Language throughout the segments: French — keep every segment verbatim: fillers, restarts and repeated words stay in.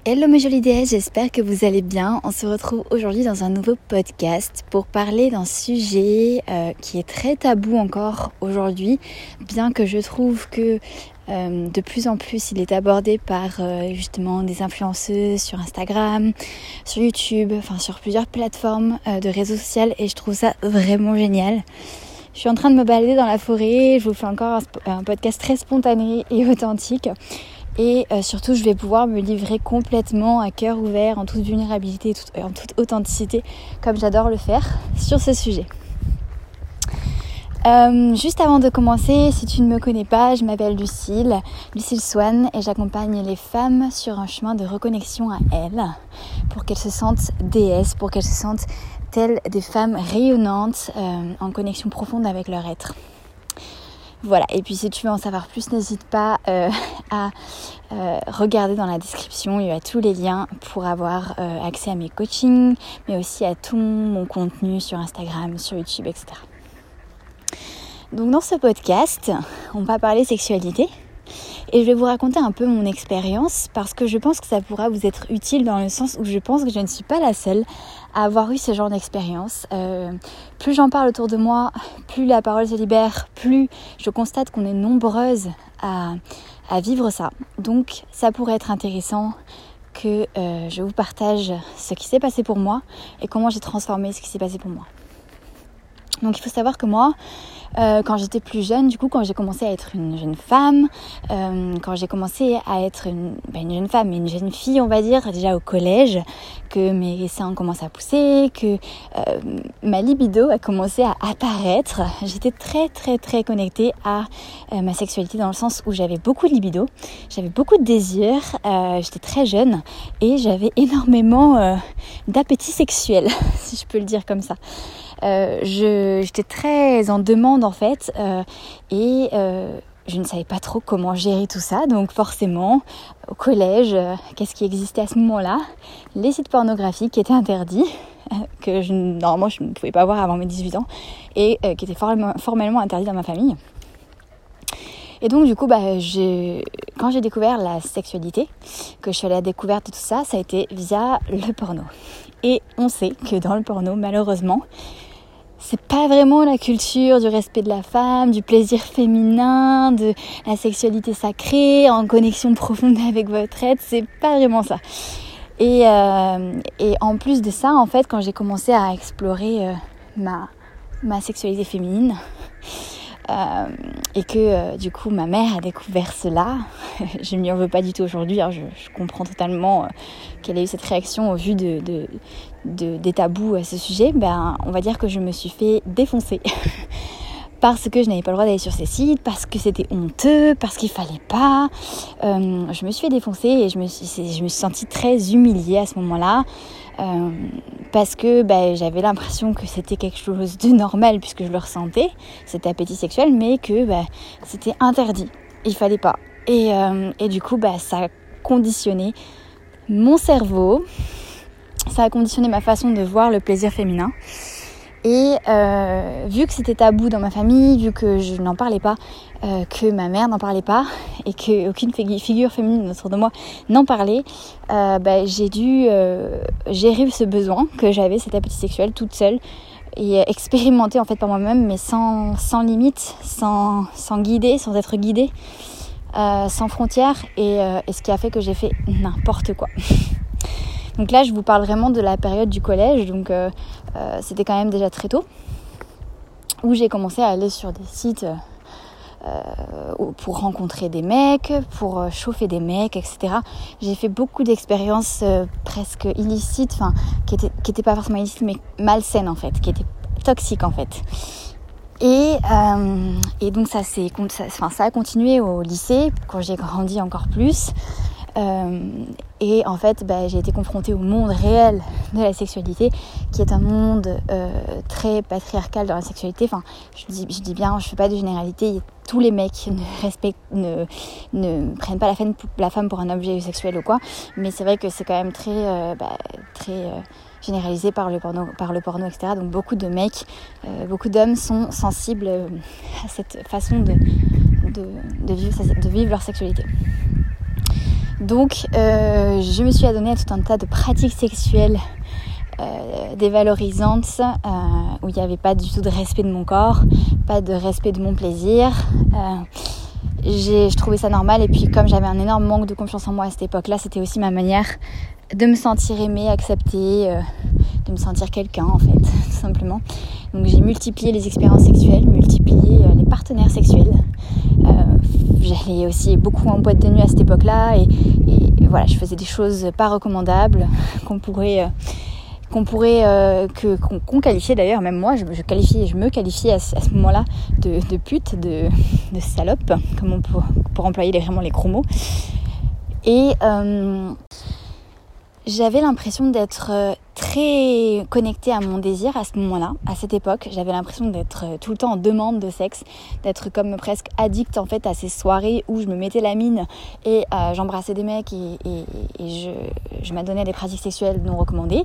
Hello mes jolies déesses, j'espère que vous allez bien. On se retrouve aujourd'hui dans un nouveau podcast pour parler d'un sujet euh, qui est très tabou encore aujourd'hui, bien que je trouve que euh, de plus en plus il est abordé par euh, justement des influenceuses sur Instagram, sur YouTube, enfin sur plusieurs plateformes euh, de réseaux sociaux et je trouve ça vraiment génial. Je suis en train de me balader dans la forêt, je vous fais encore un, un podcast très spontané et authentique. Et euh, surtout, je vais pouvoir me livrer complètement à cœur ouvert, en toute vulnérabilité et tout, en toute authenticité, comme j'adore le faire, sur ce sujet. Euh, juste avant de commencer, si tu ne me connais pas, je m'appelle Lucille, Lucille Swan, et j'accompagne les femmes sur un chemin de reconnexion à elles, pour qu'elles se sentent déesses, pour qu'elles se sentent telles des femmes rayonnantes, euh, en connexion profonde avec leur être. Voilà, et puis si tu veux en savoir plus, n'hésite pas euh, à euh, regarder dans la description, il y a tous les liens pour avoir euh, accès à mes coachings, mais aussi à tout mon contenu sur Instagram, sur YouTube, et cetera. Donc dans ce podcast, on va parler sexualité et je vais vous raconter un peu mon expérience parce que je pense que ça pourra vous être utile dans le sens où je pense que je ne suis pas la seule à avoir eu ce genre d'expérience. Euh, plus j'en parle autour de moi, plus la parole se libère, plus je constate qu'on est nombreuses à, à vivre ça. Donc ça pourrait être intéressant que euh, je vous partage ce qui s'est passé pour moi et comment j'ai transformé ce qui s'est passé pour moi. Donc il faut savoir que moi, euh, quand j'étais plus jeune, du coup quand j'ai commencé à être une jeune femme, euh, quand j'ai commencé à être une, ben une jeune femme, mais une jeune fille on va dire, déjà au collège, que mes seins ont commencé à pousser, que euh, ma libido a commencé à apparaître, j'étais très très très connectée à euh, ma sexualité dans le sens où j'avais beaucoup de libido, j'avais beaucoup de désirs, euh, j'étais très jeune et j'avais énormément euh, d'appétit sexuel, si je peux le dire comme ça. Euh, je, j'étais très en demande en fait euh, et euh, je ne savais pas trop comment gérer tout ça. Donc forcément, au collège, euh, qu'est-ce qui existait à ce moment-là ? Les sites pornographiques qui étaient interdits, euh, que je, normalement je ne pouvais pas voir avant mes dix-huit ans et euh, qui étaient formellement, formellement interdits dans ma famille. Et donc du coup, bah, j'ai, quand j'ai découvert la sexualité, que je suis allée à la découverte de tout ça, ça a été via le porno. Et on sait que dans le porno, malheureusement, c'est pas vraiment la culture du respect de la femme, du plaisir féminin, de la sexualité sacrée, en connexion profonde avec votre être, c'est pas vraiment ça. Et, euh, et en plus de ça, en fait, quand j'ai commencé à explorer euh, ma, ma sexualité féminine, Euh, et que euh, du coup ma mère a découvert cela, je ne lui en veux pas du tout aujourd'hui, hein, je, je comprends totalement euh, qu'elle ait eu cette réaction au vu de, de, de, des tabous à ce sujet, ben, on va dire que je me suis fait défoncer parce que je n'avais pas le droit d'aller sur ces sites, parce que c'était honteux, parce qu'il fallait pas, euh, je me suis fait défoncer et je me suis, je me suis sentie très humiliée à ce moment-là. Euh, parce que bah, j'avais l'impression que c'était quelque chose de normal puisque je le ressentais, cet appétit sexuel, mais que bah, c'était interdit, il fallait pas. Et, euh, et du coup, bah, ça a conditionné mon cerveau, ça a conditionné ma façon de voir le plaisir féminin. Et euh, vu que c'était tabou dans ma famille, vu que je n'en parlais pas, euh, que ma mère n'en parlait pas et qu'aucune figure féminine autour de moi n'en parlait, euh, bah, j'ai dû euh, gérer ce besoin que j'avais, cet appétit sexuel, toute seule et expérimenter en fait par moi-même, mais sans, sans limite, sans, sans guider, sans être guidée, euh, sans frontières et, euh, et ce qui a fait que j'ai fait n'importe quoi. Donc là, je vous parle vraiment de la période du collège, donc euh, euh, c'était quand même déjà très tôt, où j'ai commencé à aller sur des sites euh, pour rencontrer des mecs, pour euh, chauffer des mecs, et cetera. J'ai fait beaucoup d'expériences euh, presque illicites, enfin, qui étaient, qui étaient pas forcément illicites, mais malsaines en fait, qui étaient toxiques en fait. Et, euh, et donc ça, c'est, ça, enfin, ça a continué au lycée, quand j'ai grandi encore plus. Euh, et en fait bah, j'ai été confrontée au monde réel de la sexualité qui est un monde euh, très patriarcal dans la sexualité, enfin je dis, je dis bien, je fais pas de généralité, tous les mecs ne respectent, ne, ne prennent pas la femme, la femme pour un objet sexuel ou quoi, mais c'est vrai que c'est quand même très, euh, bah, très euh, généralisé par le porno, par le porno, et cetera. Donc beaucoup de mecs, euh, beaucoup d'hommes sont sensibles euh, à cette façon de, de, de, vivre, de vivre leur sexualité. Donc euh, je me suis adonnée à tout un tas de pratiques sexuelles euh, dévalorisantes euh, où il n'y avait pas du tout de respect de mon corps, pas de respect de mon plaisir. Euh, j'ai, je trouvais ça normal, et puis comme j'avais un énorme manque de confiance en moi à cette époque-là, c'était aussi ma manière de me sentir aimée, acceptée, euh, de me sentir quelqu'un en fait, tout simplement. Donc j'ai multiplié les expériences sexuelles, multiplié euh, les partenaires sexuels. Euh, j'allais aussi beaucoup en boîte de nuit à cette époque-là, et, et, et voilà, je faisais des choses pas recommandables qu'on pourrait... Euh, qu'on pourrait euh, que, qu'on, qu'on qualifiait d'ailleurs, même moi je, je qualifiais, je me qualifiais à, à ce moment-là de, de pute, de, de salope, comme on peut, pour employer les, vraiment les gros mots. Et euh, j'avais l'impression d'être euh, très connectée à mon désir à ce moment-là, à cette époque. J'avais l'impression d'être euh, tout le temps en demande de sexe, d'être comme presque addict en fait à ces soirées où je me mettais la mine et euh, j'embrassais des mecs et, et, et je, je m'adonnais à des pratiques sexuelles non recommandées.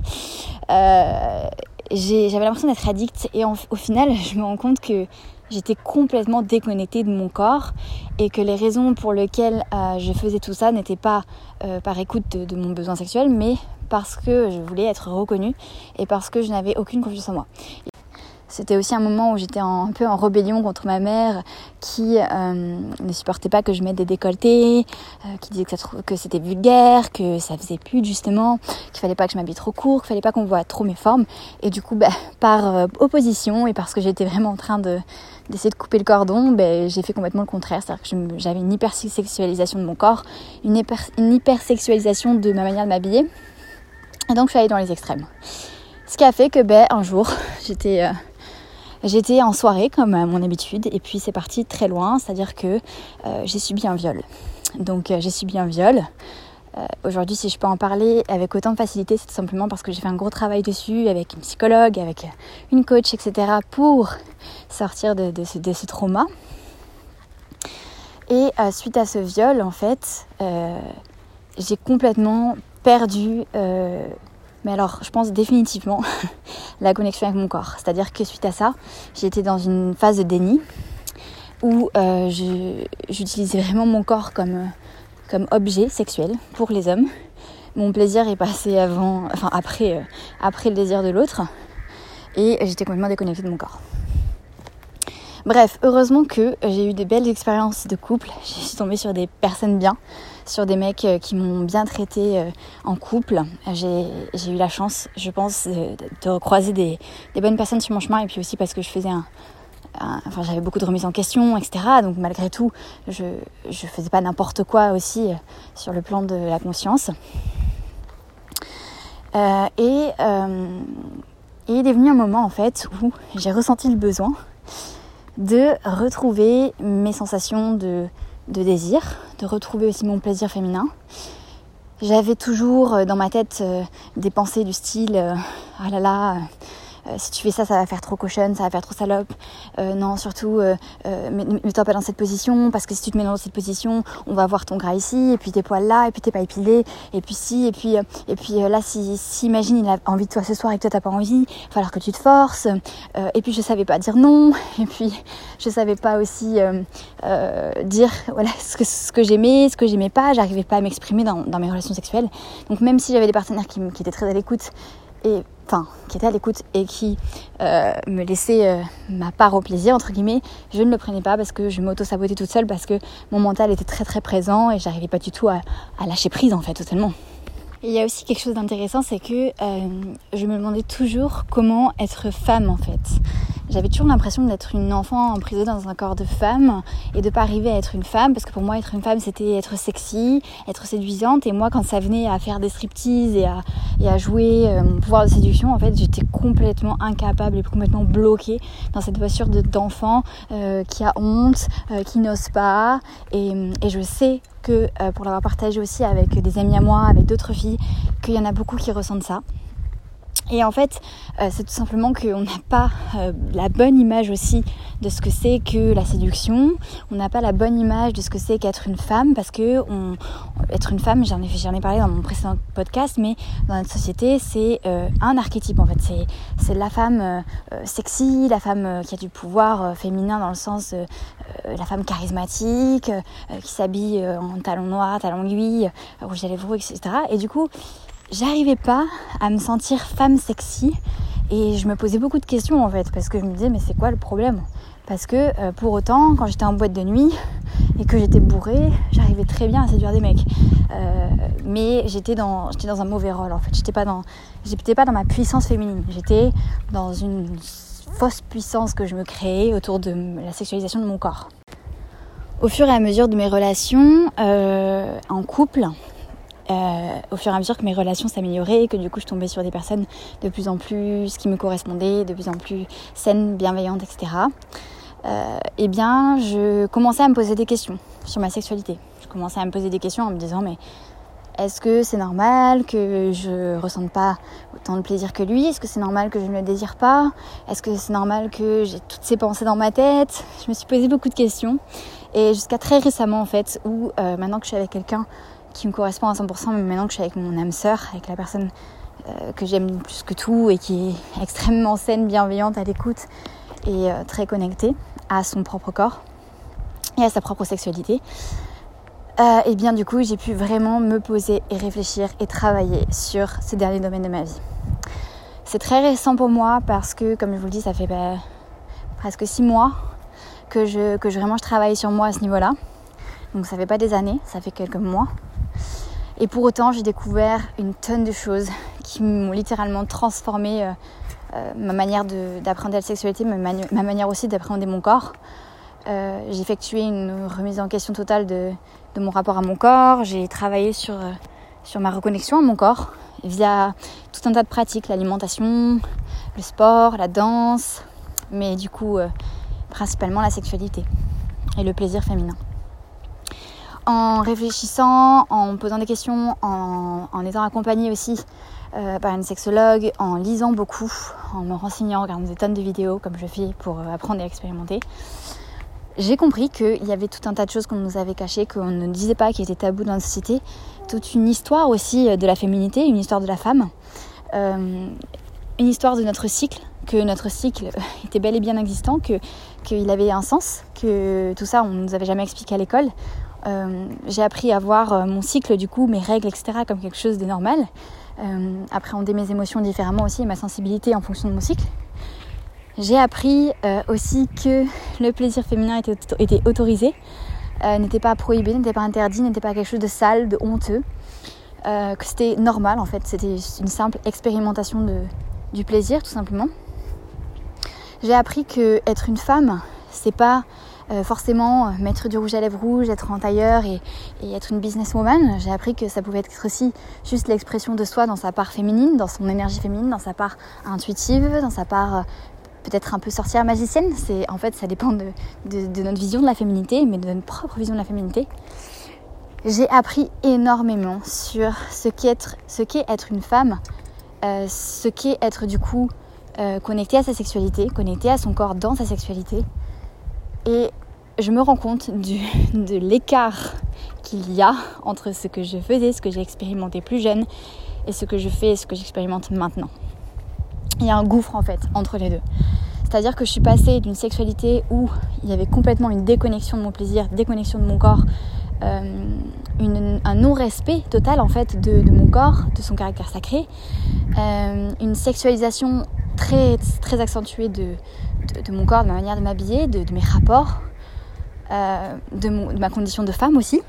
Euh, j'ai, j'avais l'impression d'être addict, et en, au final je me rends compte que j'étais complètement déconnectée de mon corps, et que les raisons pour lesquelles euh, je faisais tout ça n'étaient pas euh, par écoute de, de mon besoin sexuel, mais parce que je voulais être reconnue et parce que je n'avais aucune confiance en moi. C'était aussi un moment où j'étais en, un peu en rébellion contre ma mère qui euh, ne supportait pas que je mette des décolletés, euh, qui disait que, ça, que c'était vulgaire, que ça faisait pute justement, qu'il fallait pas que je m'habille trop court, qu'il fallait pas qu'on voit trop mes formes. Et du coup, bah, par euh, opposition et parce que j'étais vraiment en train de, d'essayer de couper le cordon, bah, j'ai fait complètement le contraire. C'est-à-dire que je me, j'avais une hypersexualisation de mon corps, une, hyper, une hypersexualisation de ma manière de m'habiller. Et donc je suis allée dans les extrêmes. Ce qui a fait que bah, un jour, j'étais... Euh, J'étais en soirée comme à mon habitude, et puis c'est parti très loin, c'est-à-dire que euh, j'ai subi un viol. Donc euh, j'ai subi un viol. Euh, aujourd'hui, si je peux en parler avec autant de facilité, c'est tout simplement parce que j'ai fait un gros travail dessus avec une psychologue, avec une coach, et cetera pour sortir de, de, ce, de ce trauma. Et euh, suite à ce viol, en fait, euh, j'ai complètement perdu... Euh, Mais alors, je pense définitivement la connexion avec mon corps. C'est-à-dire que suite à ça, j'étais dans une phase de déni où euh, je, j'utilisais vraiment mon corps comme, comme objet sexuel pour les hommes. Mon plaisir est passé avant, enfin après, euh, après le désir de l'autre, et j'étais complètement déconnectée de mon corps. Bref, heureusement que j'ai eu des belles expériences de couple. Je suis tombée sur des personnes bien, sur des mecs qui m'ont bien traitée en couple. J'ai, j'ai eu la chance, je pense, de, de croiser des, des bonnes personnes sur mon chemin, et puis aussi parce que je faisais un, un... Enfin, j'avais beaucoup de remises en question, et cetera. Donc malgré tout, je ne faisais pas n'importe quoi aussi sur le plan de la conscience. Euh, et, euh, et il est venu un moment, en fait, où j'ai ressenti le besoin de retrouver mes sensations de, de désir, de retrouver aussi mon plaisir féminin. J'avais toujours dans ma tête euh, des pensées du style euh, « Ah là là, euh, si tu fais ça, ça va faire trop cochonne, ça va faire trop salope. Euh, non, surtout, euh, euh, mets-toi pas dans cette position, parce que si tu te mets dans cette position, on va voir ton gras ici, et puis tes poils là, et puis t'es pas épilé, et puis si, et puis, euh, et puis euh, là, si, si imagine, il a envie de toi ce soir et que toi t'as pas envie, il va falloir que tu te forces. Euh, et puis je savais pas dire non, et puis je savais pas aussi euh, euh, dire voilà ce que, ce que j'aimais, ce que j'aimais pas, j'arrivais pas à m'exprimer dans, dans mes relations sexuelles. Donc même si j'avais des partenaires qui, qui étaient très à l'écoute, et enfin qui étaient à l'écoute et qui euh, me laissaient euh, ma part au plaisir entre guillemets, je ne le prenais pas parce que je m'auto-sabotais toute seule, parce que mon mental était très très présent et j'arrivais pas du tout à, à lâcher prise en fait, totalement. Et il y a aussi quelque chose d'intéressant, c'est que euh, je me demandais toujours comment être femme en fait. J'avais toujours l'impression d'être une enfant emprisonnée dans un corps de femme et de pas arriver à être une femme, parce que pour moi être une femme c'était être sexy, être séduisante, et moi quand ça venait à faire des striptease et à, et à jouer euh, mon pouvoir de séduction, en fait j'étais complètement incapable et complètement bloquée dans cette posture de, d'enfant euh, qui a honte, euh, qui n'ose pas, et, et je sais que euh, pour l'avoir partagé aussi avec des amis à moi, avec d'autres filles, qu'il y en a beaucoup qui ressentent ça. Et en fait, euh, c'est tout simplement qu'on n'a pas euh, la bonne image aussi de ce que c'est que la séduction. On n'a pas la bonne image de ce que c'est qu'être une femme, parce que on, être une femme, j'en ai, j'en ai parlé dans mon précédent podcast, mais dans notre société, c'est euh, un archétype en fait. C'est, c'est la femme euh, sexy, la femme euh, qui a du pouvoir euh, féminin dans le sens euh, euh, la femme charismatique, euh, qui s'habille euh, en talons noirs, talons aiguilles, euh, rouge à lèvres, et cetera. Et du coup, j'arrivais pas à me sentir femme sexy et je me posais beaucoup de questions en fait, parce que je me disais mais c'est quoi le problème ? Parce que euh, pour autant, quand j'étais en boîte de nuit et que j'étais bourrée, j'arrivais très bien à séduire des mecs, euh, mais j'étais dans, j'étais dans un mauvais rôle en fait. J'étais pas dans, j'étais pas dans ma puissance féminine, j'étais dans une fausse puissance que je me créais autour de la sexualisation de mon corps. Au fur et à mesure de mes relations euh, en couple, Euh, au fur et à mesure que mes relations s'amélioraient et que du coup je tombais sur des personnes de plus en plus qui me correspondaient, de plus en plus saines, bienveillantes, et cetera. Euh, eh bien, je commençais à me poser des questions sur ma sexualité. Je commençais à me poser des questions en me disant mais est-ce que c'est normal que je ressente pas autant de plaisir que lui ? Est-ce que c'est normal que je ne le désire pas ? Est-ce que c'est normal que j'ai toutes ces pensées dans ma tête ? Je me suis posé beaucoup de questions et jusqu'à très récemment en fait, où euh, maintenant que je suis avec quelqu'un qui me correspond à cent pour cent, mais maintenant que je suis avec mon âme sœur, avec la personne euh, que j'aime plus que tout et qui est extrêmement saine, bienveillante, à l'écoute et euh, très connectée à son propre corps et à sa propre sexualité, euh, et bien du coup j'ai pu vraiment me poser et réfléchir et travailler sur ces derniers domaines de ma vie. C'est très récent pour moi parce que, comme je vous le dis, ça fait bah, presque six mois que je, que je, vraiment je travaille sur moi à ce niveau-là. Donc ça fait pas des années, ça fait quelques mois. Et pour autant, j'ai découvert une tonne de choses qui m'ont littéralement transformé euh, euh, ma manière de, d'appréhender la sexualité, ma, mani- ma manière aussi d'appréhender mon corps. Euh, j'ai effectué une remise en question totale de, de mon rapport à mon corps. J'ai travaillé sur, euh, sur ma reconnexion à mon corps via tout un tas de pratiques, l'alimentation, le sport, la danse, mais du coup, euh, principalement la sexualité et le plaisir féminin. En réfléchissant, en posant des questions, en, en étant accompagnée aussi euh, par une sexologue, en lisant beaucoup, en me renseignant, en regardant des tonnes de vidéos comme je fais pour euh, apprendre et expérimenter, j'ai compris qu'il y avait tout un tas de choses qu'on nous avait cachées, qu'on ne disait pas, qui étaient tabous dans la société, toute une histoire aussi de la féminité, une histoire de la femme, euh, une histoire de notre cycle, que notre cycle était bel et bien existant, que, qu'il avait un sens, que tout ça on ne nous avait jamais expliqué à l'école. Euh, j'ai appris à voir euh, mon cycle, du coup, mes règles, et cetera comme quelque chose de normal. Euh, appréhender mes émotions différemment aussi et ma sensibilité en fonction de mon cycle. J'ai appris euh, aussi que le plaisir féminin était, était autorisé, euh, n'était pas prohibé, n'était pas interdit, n'était pas quelque chose de sale, de honteux, euh, que c'était normal en fait, c'était une simple expérimentation de, du plaisir tout simplement. J'ai appris que être une femme, c'est pas Euh, forcément mettre du rouge à lèvres rouge, être en tailleur et, et être une businesswoman. J'ai appris que ça pouvait être aussi juste l'expression de soi dans sa part féminine, dans son énergie féminine, dans sa part intuitive, dans sa part euh, peut-être un peu sorcière magicienne. C'est, en fait, ça dépend de, de, de notre vision de la féminité, mais de notre propre vision de la féminité. J'ai appris énormément sur ce qu'est être, ce qu'est être une femme, euh, ce qu'est être du coup euh, connecté à sa sexualité, connecté à son corps dans sa sexualité. Et je me rends compte du, de l'écart qu'il y a entre ce que je faisais, ce que j'ai expérimenté plus jeune, et ce que je fais et ce que j'expérimente maintenant. Il y a un gouffre en fait entre les deux. C'est-à-dire que je suis passée d'une sexualité où il y avait complètement une déconnexion de mon plaisir, déconnexion de mon corps, euh, une, un non-respect total en fait de, de mon corps, de son caractère sacré, euh, une sexualisation très, très accentuée de, de, de mon corps, de ma manière de m'habiller, de, de mes rapports, euh, de, mon, de ma condition de femme aussi.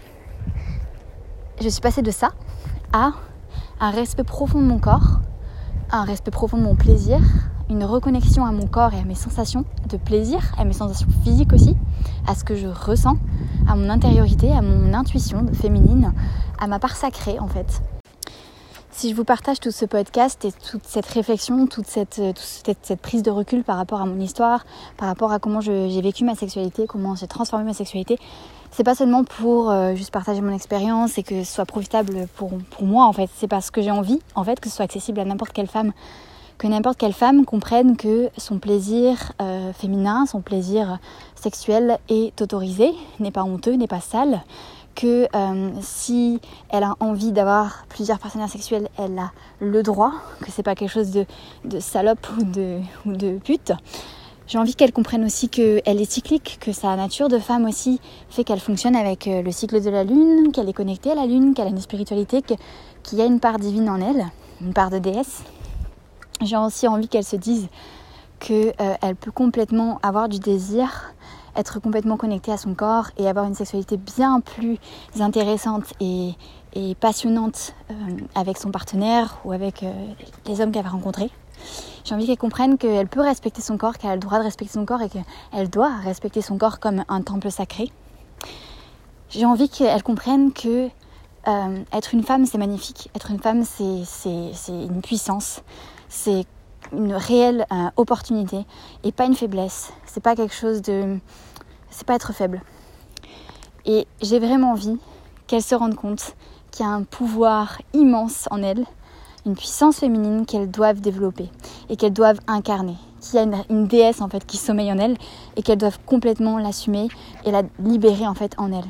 Je suis passée de ça à un respect profond de mon corps, à un respect profond de mon plaisir, une reconnexion à mon corps et à mes sensations de plaisir, à mes sensations physiques aussi, à ce que je ressens, à mon intériorité, à mon intuition féminine, à ma part sacrée en fait. Si je vous partage tout ce podcast et toute cette réflexion, toute cette, toute cette, cette prise de recul par rapport à mon histoire, par rapport à comment je, j'ai vécu ma sexualité, comment j'ai transformé ma sexualité, c'est pas seulement pour euh, juste partager mon expérience et que ce soit profitable pour, pour moi en fait, c'est parce que j'ai envie en fait que ce soit accessible à n'importe quelle femme que n'importe quelle femme comprenne que son plaisir euh, féminin, son plaisir sexuel est autorisé, n'est pas honteux, n'est pas sale, que euh, si elle a envie d'avoir plusieurs partenaires sexuels, elle a le droit, que c'est pas quelque chose de, de salope ou de, ou de pute. J'ai envie qu'elle comprenne aussi qu'elle est cyclique, que sa nature de femme aussi fait qu'elle fonctionne avec le cycle de la lune, qu'elle est connectée à la lune, qu'elle a une spiritualité, que, qu'il y a une part divine en elle, une part de déesse. J'ai aussi envie qu'elle se dise qu'elle euh, peut complètement avoir du désir, être complètement connectée à son corps et avoir une sexualité bien plus intéressante et, et passionnante euh, avec son partenaire ou avec euh, les hommes qu'elle va rencontrer. J'ai envie qu'elle comprenne qu'elle peut respecter son corps, qu'elle a le droit de respecter son corps et qu'elle doit respecter son corps comme un temple sacré. J'ai envie qu'elle comprenne que euh, être une femme, c'est magnifique. Être une femme, c'est, c'est, c'est une puissance. C'est une réelle euh, opportunité et pas une faiblesse. C'est pas quelque chose de... C'est pas être faible. Et j'ai vraiment envie qu'elle se rende compte qu'il y a un pouvoir immense en elle, une puissance féminine qu'elles doivent développer et qu'elles doivent incarner. Qu'il y a une, une déesse en fait qui sommeille en elle et qu'elles doivent complètement l'assumer et la libérer en fait en elle.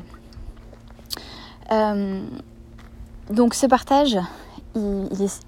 Euh, donc ce partage, il, il est...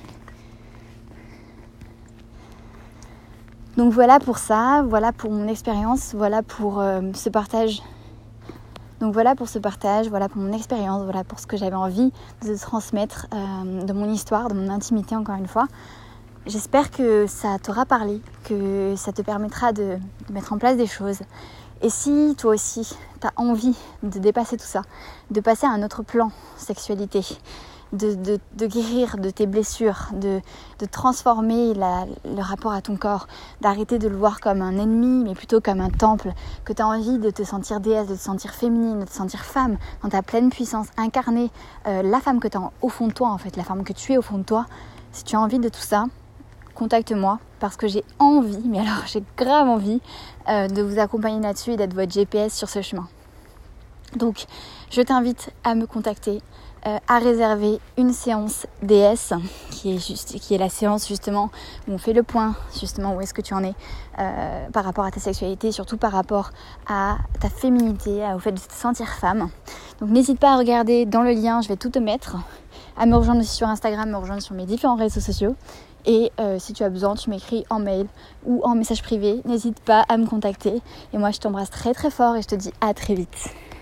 Donc voilà pour ça, voilà pour mon expérience, voilà pour euh, ce partage. Donc voilà pour ce partage, voilà pour mon expérience, voilà pour ce que j'avais envie de transmettre euh, de mon histoire, de mon intimité encore une fois. J'espère que ça t'aura parlé, que ça te permettra de, de mettre en place des choses. Et si toi aussi tu as envie de dépasser tout ça, de passer à un autre plan sexualité, de, de, de guérir de tes blessures, de, de transformer la, le rapport à ton corps, d'arrêter de le voir comme un ennemi mais plutôt comme un temple, que tu as envie de te sentir déesse, de te sentir féminine, de te sentir femme dans ta pleine puissance, incarner euh, la femme que tu as au fond de toi en fait, la femme que tu es au fond de toi. Si tu as envie de tout ça, contacte-moi parce que j'ai envie, mais alors j'ai grave envie euh, de vous accompagner là-dessus et d'être votre G P S sur ce chemin. Donc je t'invite à me contacter, euh, à réserver une séance D S qui est, juste, qui est la séance justement où on fait le point, justement où est-ce que tu en es euh, par rapport à ta sexualité, surtout par rapport à ta féminité, au fait de te sentir femme. Donc n'hésite pas à regarder dans le lien, je vais tout te mettre, à me rejoindre aussi sur Instagram, me rejoindre sur mes différents réseaux sociaux. Et euh, si tu as besoin, tu m'écris en mail ou en message privé. N'hésite pas à me contacter. Et moi, je t'embrasse très très fort et je te dis à très vite.